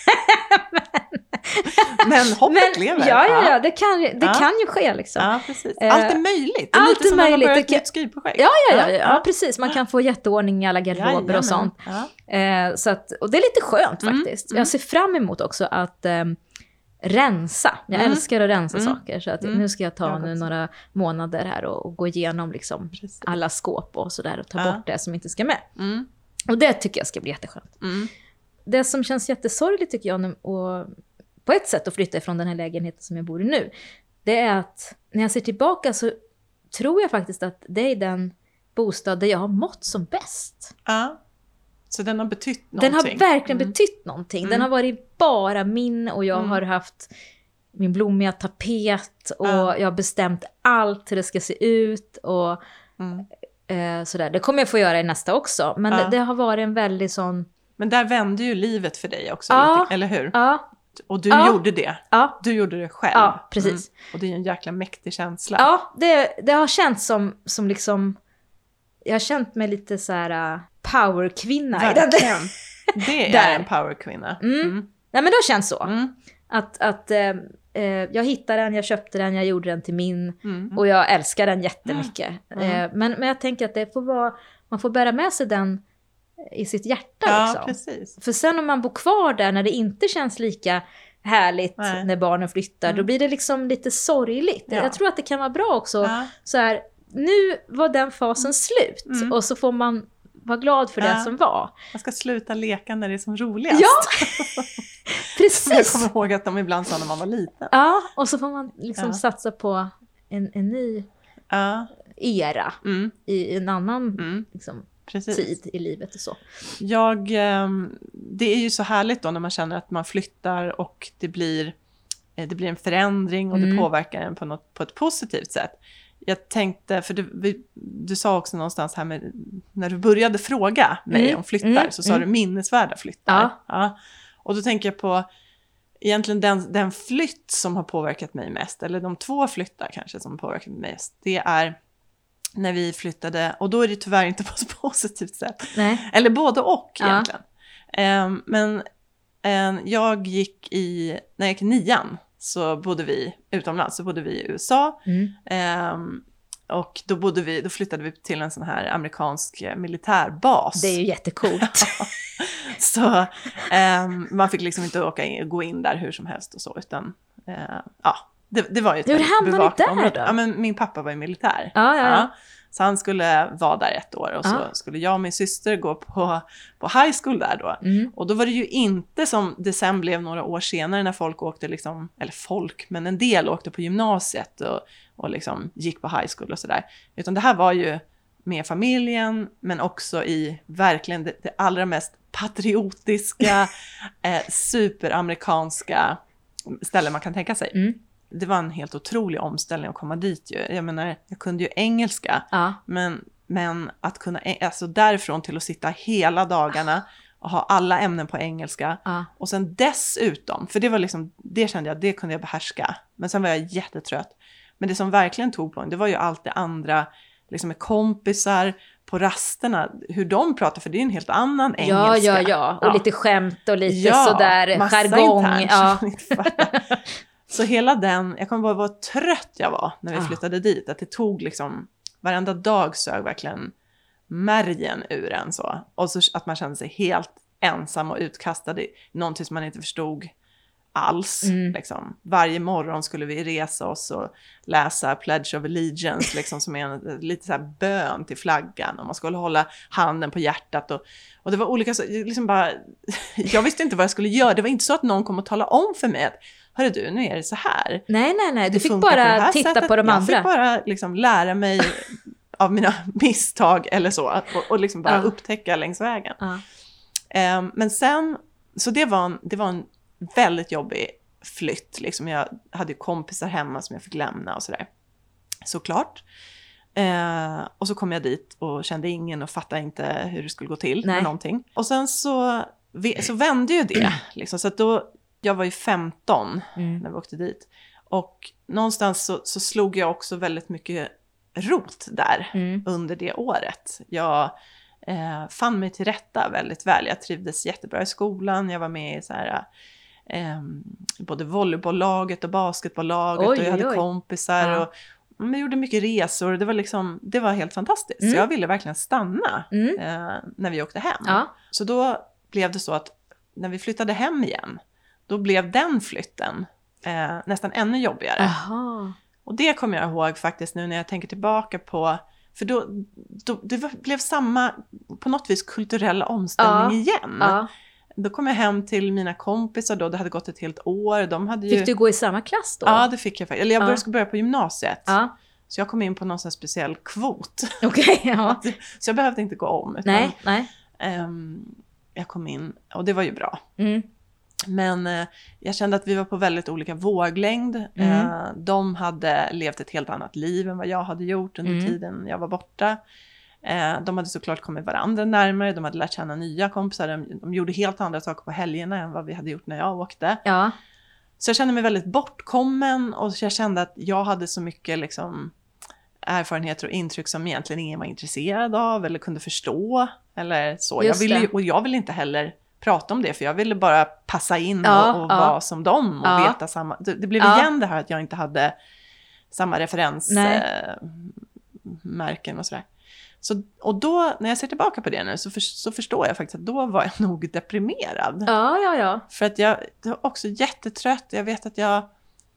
Men hoppet lever. Ja, det kan ju ske liksom. Ja, precis. Allt är möjligt. Det är allt lite som möjligt. När man börjar ett nytt skrivprojekt. Ja, precis. Man kan få jätteordning i alla garderober och sånt. Så att, och det är lite skönt faktiskt. Jag ser fram emot också att rensa. Jag älskar att rensa saker. Så att nu ska jag ta några månader här och gå igenom liksom alla skåp och sådär. Och ta bort det som inte ska med. Och det tycker jag ska bli jätteskönt. Det som känns jättesorgligt tycker jag, och på ett sätt att flytta ifrån den här lägenheten som jag bor i nu, det är att när jag ser tillbaka så tror jag faktiskt att det är den bostad där jag har mått som bäst.
Ja, så den har betytt någonting.
Den har verkligen betytt någonting. Den har varit bara min, och jag har haft min blommiga tapet och jag har bestämt allt hur det ska se ut och sådär. Det kommer jag få göra i nästa också, men det har varit en väldigt sån...
Men där vände ju livet för dig också, lite, eller hur?
Ja.
Och du gjorde det. Ja. Du gjorde det själv.
Ja, precis.
Och det är en jäkla mäktig känsla.
Ja, det har känts som liksom... Jag har känt mig lite så här powerkvinna.
Verkligen. Det är en powerkvinna.
Nej, men det har känts så. Att jag hittade den, jag köpte den, jag gjorde den till min. Och jag älskar den jättemycket. Men jag tänker att det får vara... Man får bära med sig den i sitt hjärta.
Ja,
liksom.
Precis.
För sen om man bor kvar där när det inte känns lika härligt när barnen flyttar, då blir det liksom lite sorgligt. Ja. Jag tror att det kan vara bra också. Så här, nu var den fasen slut. Och så får man vara glad för det som var.
Man ska sluta leka när det är som roligast.
Ja, precis.
Jag kommer ihåg att de ibland sa när man var liten.
Ja, och så får man liksom satsa på en ny era i en annan liksom, tid i livet och så.
Det är ju så härligt då när man känner att man flyttar och det blir en förändring och det påverkar en på ett positivt sätt. Jag tänkte, för du sa också någonstans här med, när du började fråga mig om flyttar så sa du minnesvärda flyttar. Ja. Och då tänker jag på egentligen den flytt som har påverkat mig mest, eller de 2 flyttar kanske som har påverkat mig mest, det är när vi flyttade, och då är det tyvärr inte på ett positivt sätt. Nej. Eller både och egentligen. Men när jag gick i 9:an så bodde vi utomlands, så bodde vi i USA. Och då flyttade vi till en sån här amerikansk militärbas.
Det är ju jättecoolt.
Så man fick liksom inte gå in där hur som helst och så, utan det var ju ett
bevakat område.
Ja, men min pappa var ju militär.
Ja.
Så han skulle vara där 1 år och så skulle jag och min syster gå på high school där då. Och då var det ju inte som det sen blev några år senare när folk åkte liksom, men en del åkte på gymnasiet och liksom gick på high school och sådär. Utan det här var ju med familjen, men också i verkligen det allra mest patriotiska, superamerikanska ställen man kan tänka sig. Det var en helt otrolig omställning att komma dit ju. Jag menar, jag kunde ju engelska. Men att kunna, alltså därifrån till att sitta hela dagarna och ha alla ämnen på engelska. Och sen dessutom, för det var liksom, det kände jag, det kunde jag behärska. Men sen var jag jättetrött. Men det som verkligen tog på en, det var ju allt det andra, liksom med kompisar på rasterna, hur de pratar, för det är en helt annan engelska.
Ja. Och lite skämt och lite sådär jargong.
Så hela jag kommer bara vad trött jag var när vi flyttade dit. Att det tog liksom, varenda dag sög verkligen märgen ur en så. Och så att man kände sig helt ensam och utkastad i någonting som man inte förstod alls. Liksom. Varje morgon skulle vi resa oss och läsa Pledge of Allegiance, liksom, som är en lite så här bön till flaggan. Och man skulle hålla handen på hjärtat. Och det var olika, liksom bara, jag visste inte vad jag skulle göra. Det var inte så att någon kom och tala om för mig att hörru du, nu är det så här.
Nej. Du fick bara titta sättet. På de andra.
Jag fick bara liksom lära mig av mina misstag eller så. Och liksom bara upptäcka längs vägen. Men sen, så det var en väldigt jobbig flytt. Liksom. Jag hade kompisar hemma som jag fick lämna och sådär. Såklart. Och så kom jag dit och kände ingen och fattade inte hur det skulle gå till med någonting. Och sen så vände ju det. Liksom. Så att då, jag var ju 15 när vi åkte dit. Och någonstans så slog jag också väldigt mycket rot där under det året. Jag fann mig till rätta väldigt väl. Jag trivdes jättebra i skolan. Jag var med i så här, både volleybollaget och basketbollaget. Och jag hade kompisar och vi gjorde mycket resor. Det var helt fantastiskt. Så jag ville verkligen stanna när vi åkte hem. Så då blev det så att när vi flyttade hem igen, då blev den flytten nästan ännu jobbigare.
Aha.
Och det kommer jag ihåg faktiskt nu när jag tänker tillbaka på, för då det blev samma på något vis kulturella omställning igen.
Ja.
Då kom jag hem till mina kompisar då, det hade gått ett helt år. De hade
Fick du gå i samma klass då?
Ja, det fick jag faktiskt. Eller jag skulle börja på gymnasiet.
Ja.
Så jag kom in på någon sån speciell kvot.
Okej, ja.
Så jag behövde inte gå om. Utan,
Nej.
Jag kom in och det var ju bra.
Mm.
Men jag kände att vi var på väldigt olika våglängd. De hade levt ett helt annat liv än vad jag hade gjort under tiden jag var borta. De hade såklart kommit varandra närmare. De hade lärt känna nya kompisar. De gjorde helt andra saker på helgerna än vad vi hade gjort när jag åkte.
Ja.
Så jag kände mig väldigt bortkommen. Och jag kände att jag hade så mycket liksom, erfarenheter och intryck som egentligen ingen var intresserad av. Eller kunde förstå. Eller så. Jag ville inte heller prata om det. För jag ville bara passa in och vara som dem. Och veta samma. Det blev igen det här att jag inte hade samma referensmärken och sådär. Så, och då, när jag ser tillbaka på det nu så förstår jag faktiskt att då var jag nog deprimerad.
Ja.
För att jag var också jättetrött. Jag vet att jag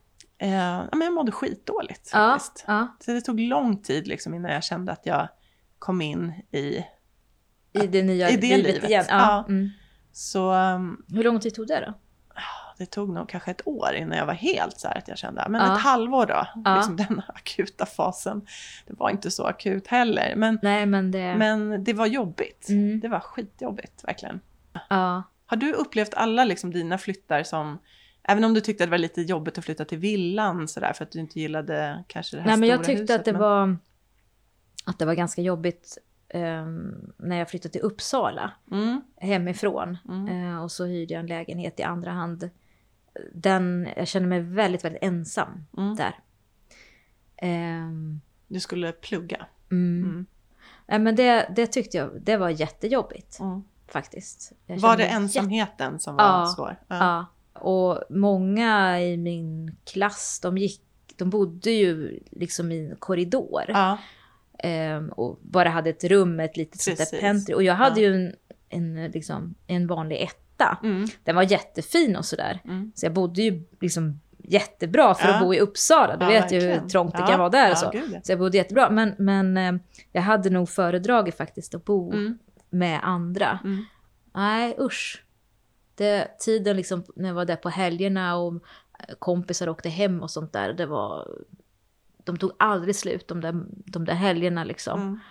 mådde skitdåligt faktiskt.
Ja.
Så det tog lång tid liksom, innan jag kände att jag kom in i
det nya livet igen.
Ja. Så,
hur lång tid tog det då?
Det tog nog kanske ett år innan jag var helt så här att jag kände, men ett halvår då. Liksom den akuta fasen. Det var inte så akut heller. Men det var jobbigt. Det var skitjobbigt, verkligen.
Ja.
Har du upplevt alla liksom dina flyttar som, även om du tyckte att det var lite jobbigt att flytta till villan så där, för att du inte gillade kanske det här stora huset?
Nej, men jag tyckte att det var ganska jobbigt när jag flyttade till Uppsala hemifrån. Och så hyrde jag en lägenhet i andra hand. Jag kände mig väldigt, väldigt ensam där.
Du skulle plugga.
Men det tyckte jag, det var jättejobbigt faktiskt.
Var det ensamheten som var svår?
Ja. Och många i min klass, de bodde ju liksom i en korridor. Ja. Och bara hade ett rum, ett litet sånt där pentry. Och jag hade ju en vanlig etta. Den var jättefin och sådär. Så jag bodde ju liksom jättebra för att bo i Uppsala. Du vet ju hur trångt det kan vara där. Så jag bodde jättebra. Men jag hade nog föredragit faktiskt att bo med andra. Nej, usch. Tiden liksom, när jag var där på helgerna och kompisar åkte hem och sånt där, de tog aldrig slut, de där helgerna liksom.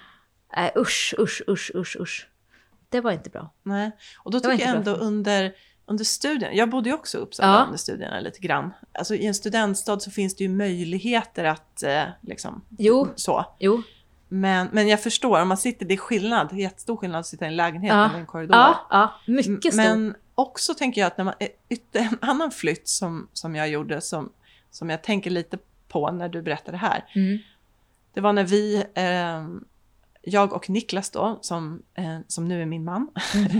Usch. Det var inte bra. Nej,
och då tycker jag ändå under studien, jag bodde ju också i Uppsala under studierna lite grann. Alltså i en studentstad så finns det ju möjligheter att liksom så.
Jo.
Men jag förstår, om man sitter, det är jättestor skillnad att sitta i en lägenhet eller en korridor.
Ja, mycket stor.
Men också tänker jag att när man en annan flytt som jag gjorde som jag tänker lite på när du berättar det här. Det var när jag och Niklas då, som nu är min man,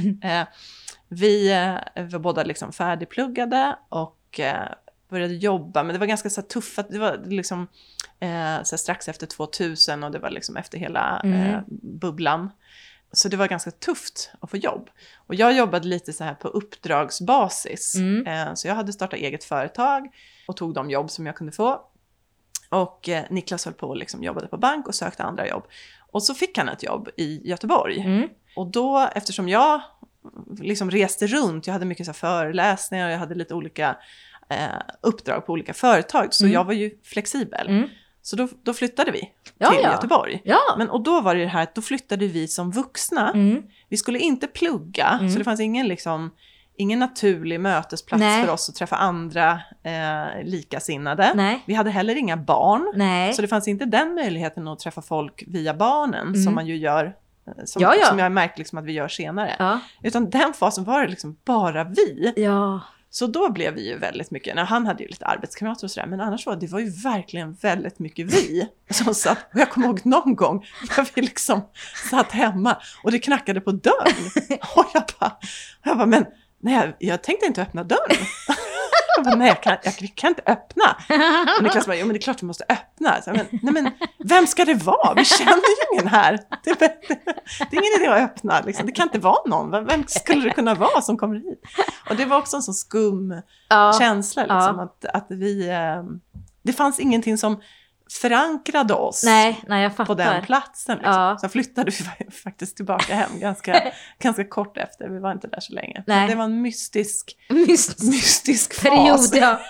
vi var båda liksom färdigpluggade och började jobba, men det var ganska så tufft, det var liksom så strax efter 2000 och det var liksom efter hela bubblan. Så det var ganska tufft att få jobb. Och jag jobbade lite så här på uppdragsbasis. Så jag hade startat eget företag och tog de jobb som jag kunde få. Och Niklas höll på och liksom jobbade på bank och sökte andra jobb. Och så fick han ett jobb i Göteborg. Och då, eftersom jag liksom reste runt, jag hade mycket så här föreläsningar och jag hade lite olika uppdrag på olika företag. Så jag var ju flexibel. Så då flyttade vi till Göteborg. Ja. Och då var det här att då flyttade vi som vuxna. Vi skulle inte plugga, så det fanns ingen naturlig mötesplats för oss att träffa andra likasinnade. Nej. Vi hade heller inga barn. Nej. Så det fanns inte den möjligheten att träffa folk via barnen som man ju gör. Som jag har märkt liksom att vi gör senare. Ja. Utan den fasen var det liksom bara vi. Ja. Så då blev vi ju väldigt mycket, han hade ju lite arbetskamrater och sådär, men annars det var ju verkligen väldigt mycket vi som satt, och jag kommer ihåg någon gång när vi liksom satt hemma och det knackade på dörren och jag bara men nej, jag tänkte inte öppna dörren. Jag bara, nej, vi kan inte öppna. Och Niklas bara, jo men det är klart vi måste öppna. Så, nej men, vem ska det vara? Vi känner ju ingen här. Det är ingen idé att öppna. Liksom. Det kan inte vara någon. Vem skulle det kunna vara som kommer hit? Och det var också en sån skum känsla. Liksom, att vi... Det fanns ingenting som förankrade oss
jag fattar.
på den platsen. Liksom. Så flyttade vi faktiskt tillbaka hem ganska kort efter. Vi var inte där så länge. Men det var en mystisk
period,
fas.
Ja.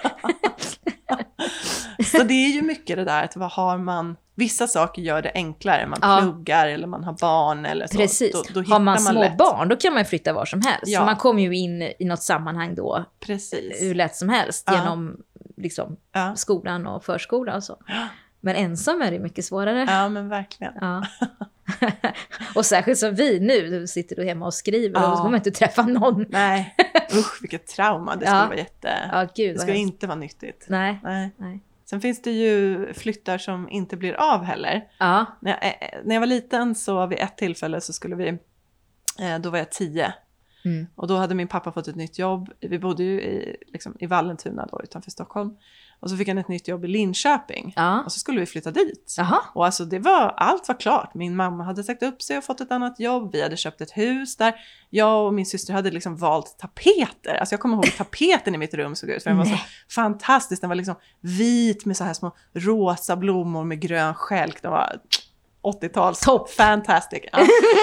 Så det är ju mycket det där att vad har man... Vissa saker gör det enklare. Man pluggar eller man har barn eller så.
Precis.
Då
har man små
lätt.
barn, då kan man flytta var som helst.
Ja.
Så man kommer ju in i något sammanhang då.
Precis.
Hur lätt som helst. Genom liksom, skolan och förskolan och så. Men ensam är det mycket svårare.
Ja, men verkligen.
Ja. Och särskilt som vi nu, du sitter du hemma och skriver och då kommer man inte träffa någon.
Nej, usch vilket trauma. Det skulle vara det skulle inte vara nyttigt.
Nej.
Sen finns det ju flyttar som inte blir av heller.
Ja.
När jag var liten så vid ett tillfälle så skulle vi, då var jag 10. Och då hade min pappa fått ett nytt jobb. Vi bodde ju i Vallentuna då utanför Stockholm. Och så fick han ett nytt jobb i Linköping. Ja. Och så skulle vi flytta dit.
Aha.
Och alltså allt var klart. Min mamma hade sagt upp sig och fått ett annat jobb. Vi hade köpt ett hus där. Jag och min syster hade liksom valt tapeter. Alltså jag kommer ihåg tapeten i mitt rum såg ut. För den var så fantastisk. Den var liksom vit med så här små rosa blommor med grön skälk. Den var 80-tals.
Topp.
Fantastic. Ja.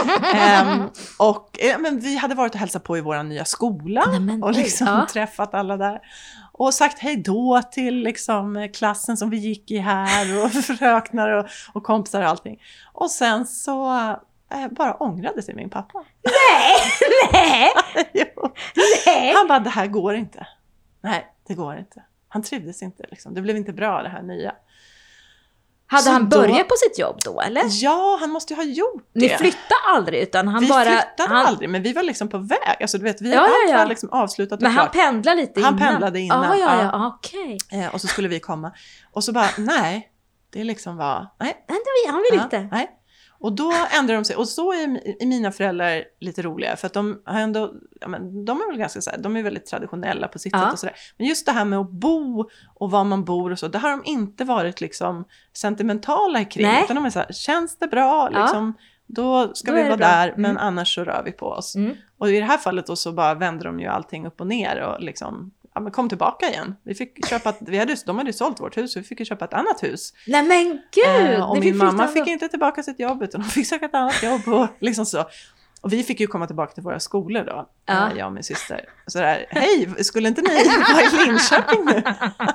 Men vi hade varit och hälsat på i vår nya skola. Och liksom träffat alla där. Och sagt hej då till liksom klassen som vi gick i här och fröknar och kompisar och allting. Och sen så bara ångrade sig min pappa.
Nej!
Nej! Han bara, det här går inte. Nej, det går inte. Han trivdes inte liksom. Det blev inte bra det här nya.
Hade så han börjat på sitt jobb då, eller?
Ja, han måste ju ha gjort det.
Ni flyttade aldrig, utan
vi flyttade aldrig, men vi var liksom på väg. Alltså, du vet, vi hade liksom avslutat.
Men han pendlade lite innan?
Han pendlade innan.
Ja, okej.
Och så skulle vi komma. Och så bara, nej. Det liksom var, nej.
Han vill inte.
Nej. Och då ändrade de sig. Och så är mina föräldrar lite roliga. För att de har ändå, de är väl ganska så här, de är väldigt traditionella på sitt sätt och sådär. Men just det här med att bo och var man bor och så, det har de inte varit liksom sentimentala kring. Nej. Utan de är så här, känns det bra liksom, då ska vi vara där, men annars så rör vi på oss. Och i det här fallet då så bara vänder de ju allting upp och ner och liksom, men kom tillbaka igen. Vi fick köpa de hade ju sålt vårt hus så vi fick ju köpa ett annat hus.
Nej men gud!
Och min mamma fick inte tillbaka sitt jobb utan hon fick söka ett annat jobb och liksom så. Och vi fick ju komma tillbaka till våra skolor då, jag och min syster. Så där, hej, skulle inte ni vara i Linköping nu?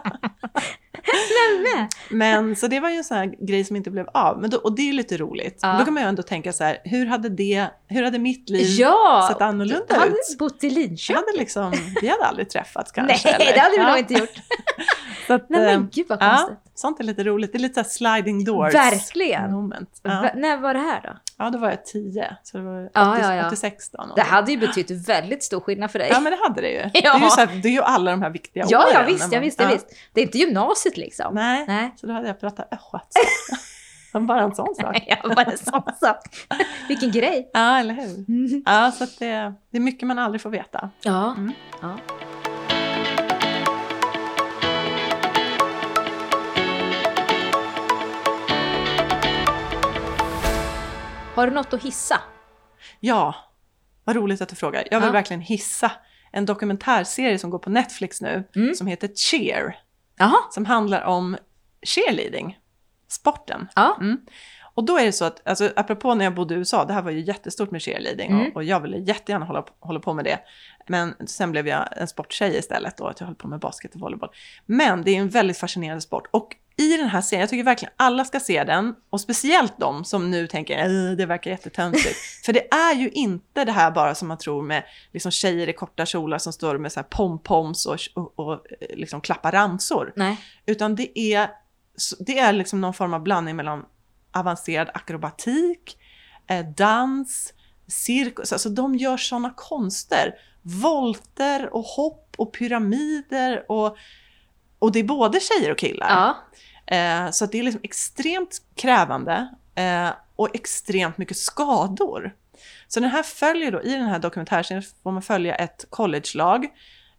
Men så det var ju en sån här grej som inte blev av. Men och det är lite roligt. Då kan man ju ändå tänka så här, hur hade mitt liv sett annorlunda ut? Jag
hade bott i Linköping.
Vi hade aldrig träffats kanske.
Nej, eller? Det hade vi nog inte gjort.
Så att,
nej men gud vad konstigt.
Sånt är lite roligt. Det är lite så sliding doors.
Verkligen.
Moment.
När var det här då?
Ja, då var jag 10. Så det var 86 då.
Det hade ju betytt väldigt stor skillnad för dig.
Ja, men det hade det ju. Det är ju, så här, det är ju alla de här viktiga åren.
Ja, visst. Det är inte gymnasiet liksom.
Nej. Så då hade jag pratat bara en sån sak.
Ja, bara en sån sak. Vilken grej.
Ja, eller hur? Ja, så att det är mycket man aldrig får veta.
Ja. Har du något att hissa?
Ja, vad roligt att du frågar. Jag vill verkligen hissa en dokumentärserie som går på Netflix nu som heter Cheer. Som handlar om cheerleading, sporten. Och då är det så att, alltså, apropå när jag bodde i USA, det här var ju jättestort med cheerleading och jag ville jättegärna hålla på med det. Men sen blev jag en sporttjej istället då, att jag höll på med basket och volleyboll. Men det är en väldigt fascinerande sport och i den här serien, jag tycker verkligen alla ska se den och speciellt de som nu tänker det verkar jättetöntigt. För det är ju inte det här bara som man tror med liksom tjejer i korta kjolar som står med så här pompoms och liksom klappar ramsor.
Nej.
Utan det är liksom någon form av blandning mellan avancerad akrobatik, dans, cirkus. Alltså de gör såna konster. Volter och hopp och pyramider och det är både tjejer och killar. Så att det är liksom extremt krävande och extremt mycket skador. Så den här följer då, i den här dokumentärserien får man följa ett college-lag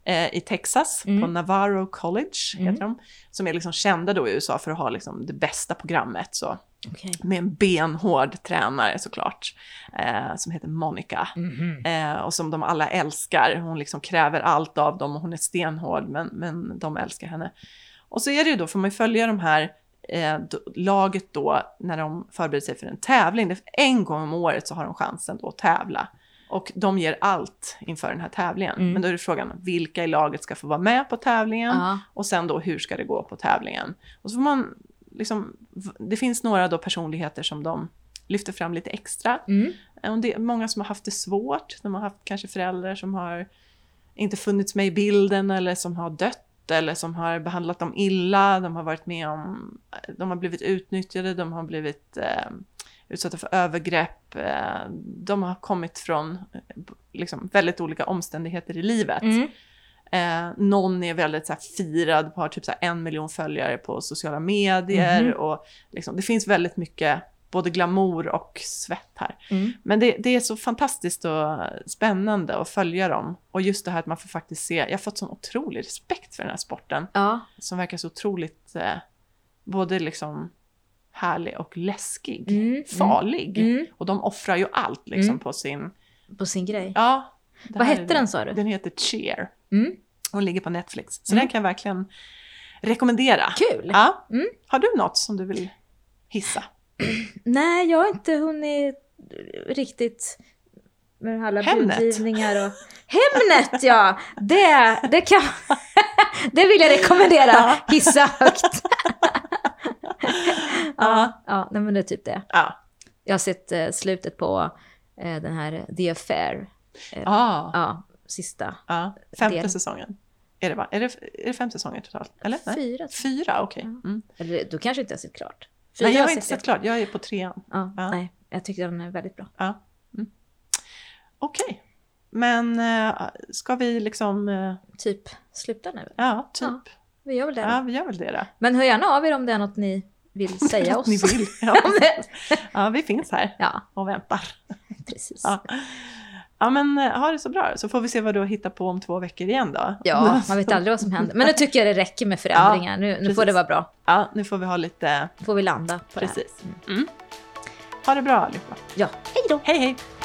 i Texas på Navarro College heter de, som är liksom kända då i USA för att ha liksom det bästa programmet så.
Okay.
Med en benhård tränare såklart som heter Monica och som de alla älskar. Hon liksom kräver allt av dem och hon är stenhård men de älskar henne. Och så är det ju då, får man ju följa de här laget då när de förbereder sig för en tävling. En gång om året så har de chansen då att tävla. Och de ger allt inför den här tävlingen. Men då är det frågan vilka i laget ska få vara med på tävlingen. Och sen då hur ska det gå på tävlingen. Och så får man liksom, det finns några då personligheter som de lyfter fram lite extra. Och det är många som har haft det svårt. De har haft kanske föräldrar som har inte funnits med i bilden eller som har dött. Eller som har behandlat dem illa. De har varit med om, de har blivit utnyttjade. De har blivit utsatta för övergrepp. De har kommit från liksom, väldigt olika omständigheter i livet. Någon är väldigt så här, firad, har typ så här, 1 miljon följare på sociala medier. Och liksom, det finns väldigt mycket både glamour och svett här. Men det är så fantastiskt och spännande att följa dem. Och just det här att man får faktiskt se, jag har fått sån otrolig respekt för den här sporten. Som verkar så otroligt både liksom härlig och läskig. Farlig. Och de offrar ju allt liksom på sin
grej.
Ja.
Vad hette den sa du?
Den heter Cheer. Och ligger på Netflix. Så den kan jag verkligen rekommendera.
Kul!
Ja. Har du något som du vill hissa?
Nej, jag har inte hunnit riktigt med alla budgivningar och Hemnet, ja! Det kan det vill jag rekommendera. Hissa högt. Ja, nej, men det är typ det. Jag har sett slutet på den här The Affair. Sista.
5:e säsongen. Är det va? Är det 5 säsonger totalt? Eller?
4.
4, okej.
Eller du kanske inte har sett klart.
Nej, jag har inte sett klart. Jag är på 3:an.
Nej, jag tycker den är väldigt bra.
Okej. Men ska vi liksom...
Typ sluta nu?
Ja, typ.
Ja, vi gör väl det.
Ja, vi gör väl det då.
Men hör gärna av er om det är något ni vill säga oss.
Ni vill. Ja, vi finns här och väntar.
Precis.
Ja, men ha det så bra. Så får vi se vad du hittar på om 2 veckor igen då.
Ja, man vet aldrig vad som händer. Men nu tycker jag det räcker med förändringar. Nu får det vara bra.
Ja, nu får vi ha lite...
Får vi landa på
precis. Det. Ha det bra allihopa.
Ja, hej då.
Hej, hej.